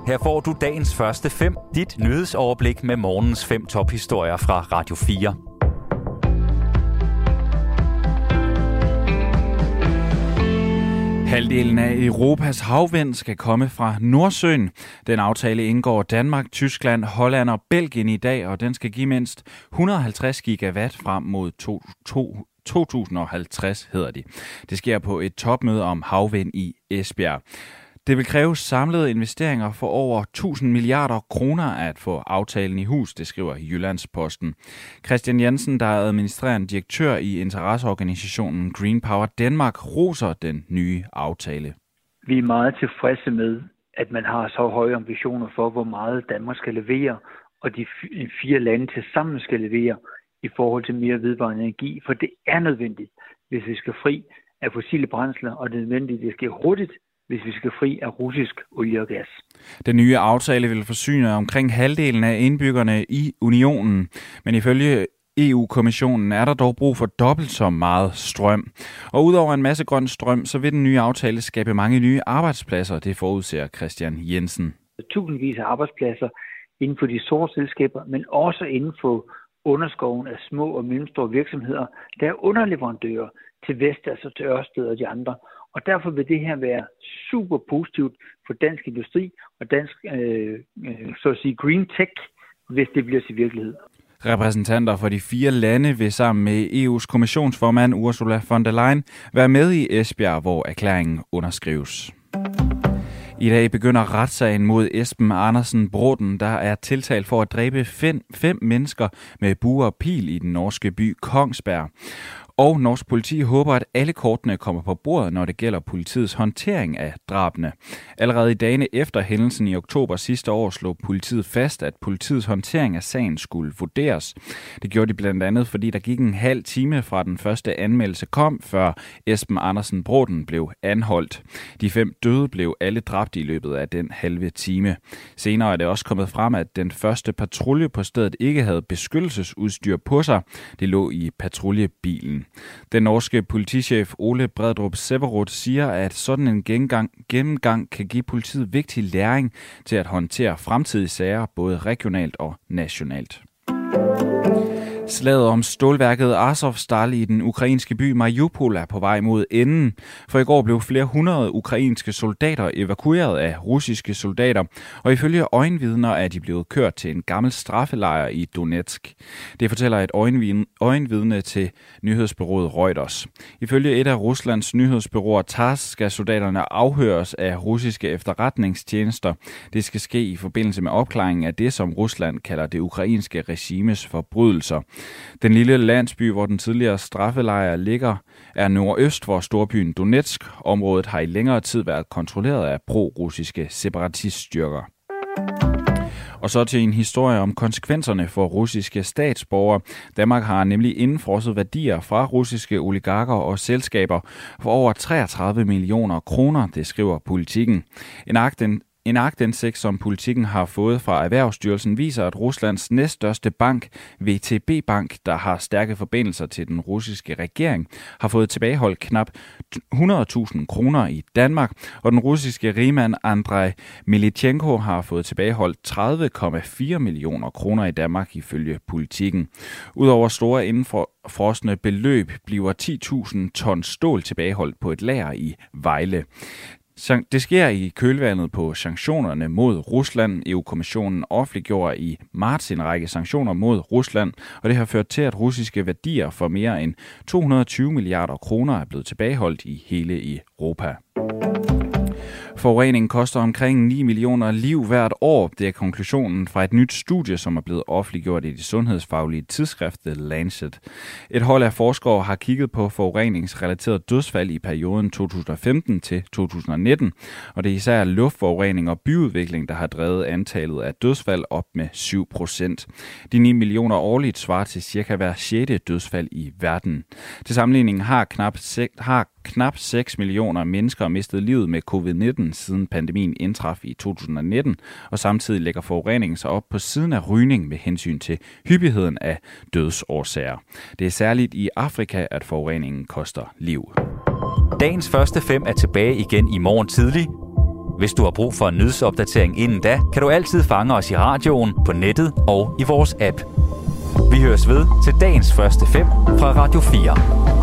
Her får du dagens første 5, dit nyhedsoverblik med morgens 5 tophistorier fra Radio 4. Halvdelen af Europas havvind skal komme fra Nordsøen. Den aftale indgår Danmark, Tyskland, Holland og Belgien i dag, og den skal give mindst 150 gigawatt frem mod 2050, hedder de. Det sker på et topmøde om havvind i Esbjerg. Det vil kræve samlede investeringer for over 1000 milliarder kroner at få aftalen i hus, det skriver Jyllandsposten. Christian Jensen, der er administrerende direktør i interesseorganisationen Green Power Denmark, roser den nye aftale. Vi er meget tilfredse med, at man har så høje ambitioner for, hvor meget Danmark skal levere, og de 4 lande til sammen skal levere i forhold til mere vedvarende energi, for det er nødvendigt, hvis vi skal fri af fossile brændsler, og det er nødvendigt, at det sker hurtigt, hvis vi skal fri af russisk olie og gas. Den nye aftale vil forsyne omkring halvdelen af indbyggerne i unionen, men ifølge EU-kommissionen er der dog brug for dobbelt så meget strøm. Og udover en masse grøn strøm, så vil den nye aftale skabe mange nye arbejdspladser, det forudser Christian Jensen. Tusindvis af arbejdspladser inden for de store selskaber, men også inden for underskoven af små og mellemstore virksomheder, der er underleverandører til Vestas og til Ørsted og de andre. Og derfor vil det her være super positivt for dansk industri og dansk så at sige green tech, hvis det bliver til virkelighed. Repræsentanter for de 4 lande vil sammen med EU's kommissionsformand Ursula von der Leyen være med i Esbjerg, hvor erklæringen underskrives. I dag begynder retssagen mod Esben Andersen Bråten, der er tiltalt for at dræbe 5 mennesker med bue og pil i den norske by Kongsberg. Og norsk politi håber, at alle kortene kommer på bordet, når det gælder politiets håndtering af drabene. Allerede i dagene efter hændelsen i oktober sidste år slog politiet fast, at politiets håndtering af sagen skulle vurderes. Det gjorde de blandt andet, fordi der gik en halv time fra den første anmeldelse kom, før Esben Andersen Bråten blev anholdt. De 5 døde blev alle dræbt i løbet af den halve time. Senere er det også kommet frem, at den første patrulje på stedet ikke havde beskyttelsesudstyr på sig. Det lå i patruljebilen. Den norske politichef Ole Bredrup Severud siger, at sådan en gennemgang kan give politiet vigtig læring til at håndtere fremtidige sager, både regionalt og nationalt. Slaget om stålværket Azovstal i den ukrainske by Mariupol er på vej mod enden, for i går blev flere hundrede ukrainske soldater evakueret af russiske soldater, og ifølge øjenvidner er de blevet kørt til en gammel straffelejr i Donetsk. Det fortæller et øjenvidne til nyhedsbureauet Reuters. Ifølge et af Ruslands nyhedsbureauer TASS skal soldaterne afhøres af russiske efterretningstjenester. Det skal ske i forbindelse med opklaringen af det, som Rusland kalder det ukrainske regimes forbrydelser. Den lille landsby, hvor den tidligere straffelejr ligger, er nordøst for storbyen Donetsk. Området har i længere tid været kontrolleret af pro-russiske separatiststyrker. Og så til en historie om konsekvenserne for russiske statsborgere. Danmark har nemlig indefrosset værdier fra russiske oligarker og selskaber for over 33 millioner kroner, det skriver Politiken. En aktindsigt, som Politiken har fået fra Erhvervsstyrelsen, viser, at Ruslands næststørste bank, VTB Bank, der har stærke forbindelser til den russiske regering, har fået tilbageholdt knap 100.000 kroner i Danmark, og den russiske rigmand Andrei Militchenko har fået tilbageholdt 30,4 millioner kroner i Danmark ifølge Politiken. Udover store indefrosne beløb bliver 10.000 ton stål tilbageholdt på et lager i Vejle. Det sker i kølvandet på sanktionerne mod Rusland. EU-kommissionen offentliggjorde i marts en række sanktioner mod Rusland, og det har ført til, at russiske værdier for mere end 220 milliarder kroner er blevet tilbageholdt i hele Europa. Forureningen koster omkring 9 millioner liv hvert år. Det er konklusionen fra et nyt studie, som er blevet offentliggjort i det sundhedsfaglige tidsskrift The Lancet. Et hold af forskere har kigget på forureningsrelaterede dødsfald i perioden 2015 til 2019, og det er især luftforurening og byudvikling, der har drevet antallet af dødsfald op med 7%. De 9 millioner årligt svarer til cirka hver 6. dødsfald i verden. Til sammenligning har knap 6 millioner mennesker mistet livet med covid-19 siden pandemien indtraf i 2019, og samtidig lægger forureningen sig op på siden af rygning med hensyn til hyppigheden af dødsårsager. Det er særligt i Afrika, at forureningen koster liv. Dagens første 5 er tilbage igen i morgen tidlig. Hvis du har brug for en nyhedsopdatering inden da, kan du altid fange os i radioen, på nettet og i vores app. Vi høres ved til dagens første 5 fra Radio 4.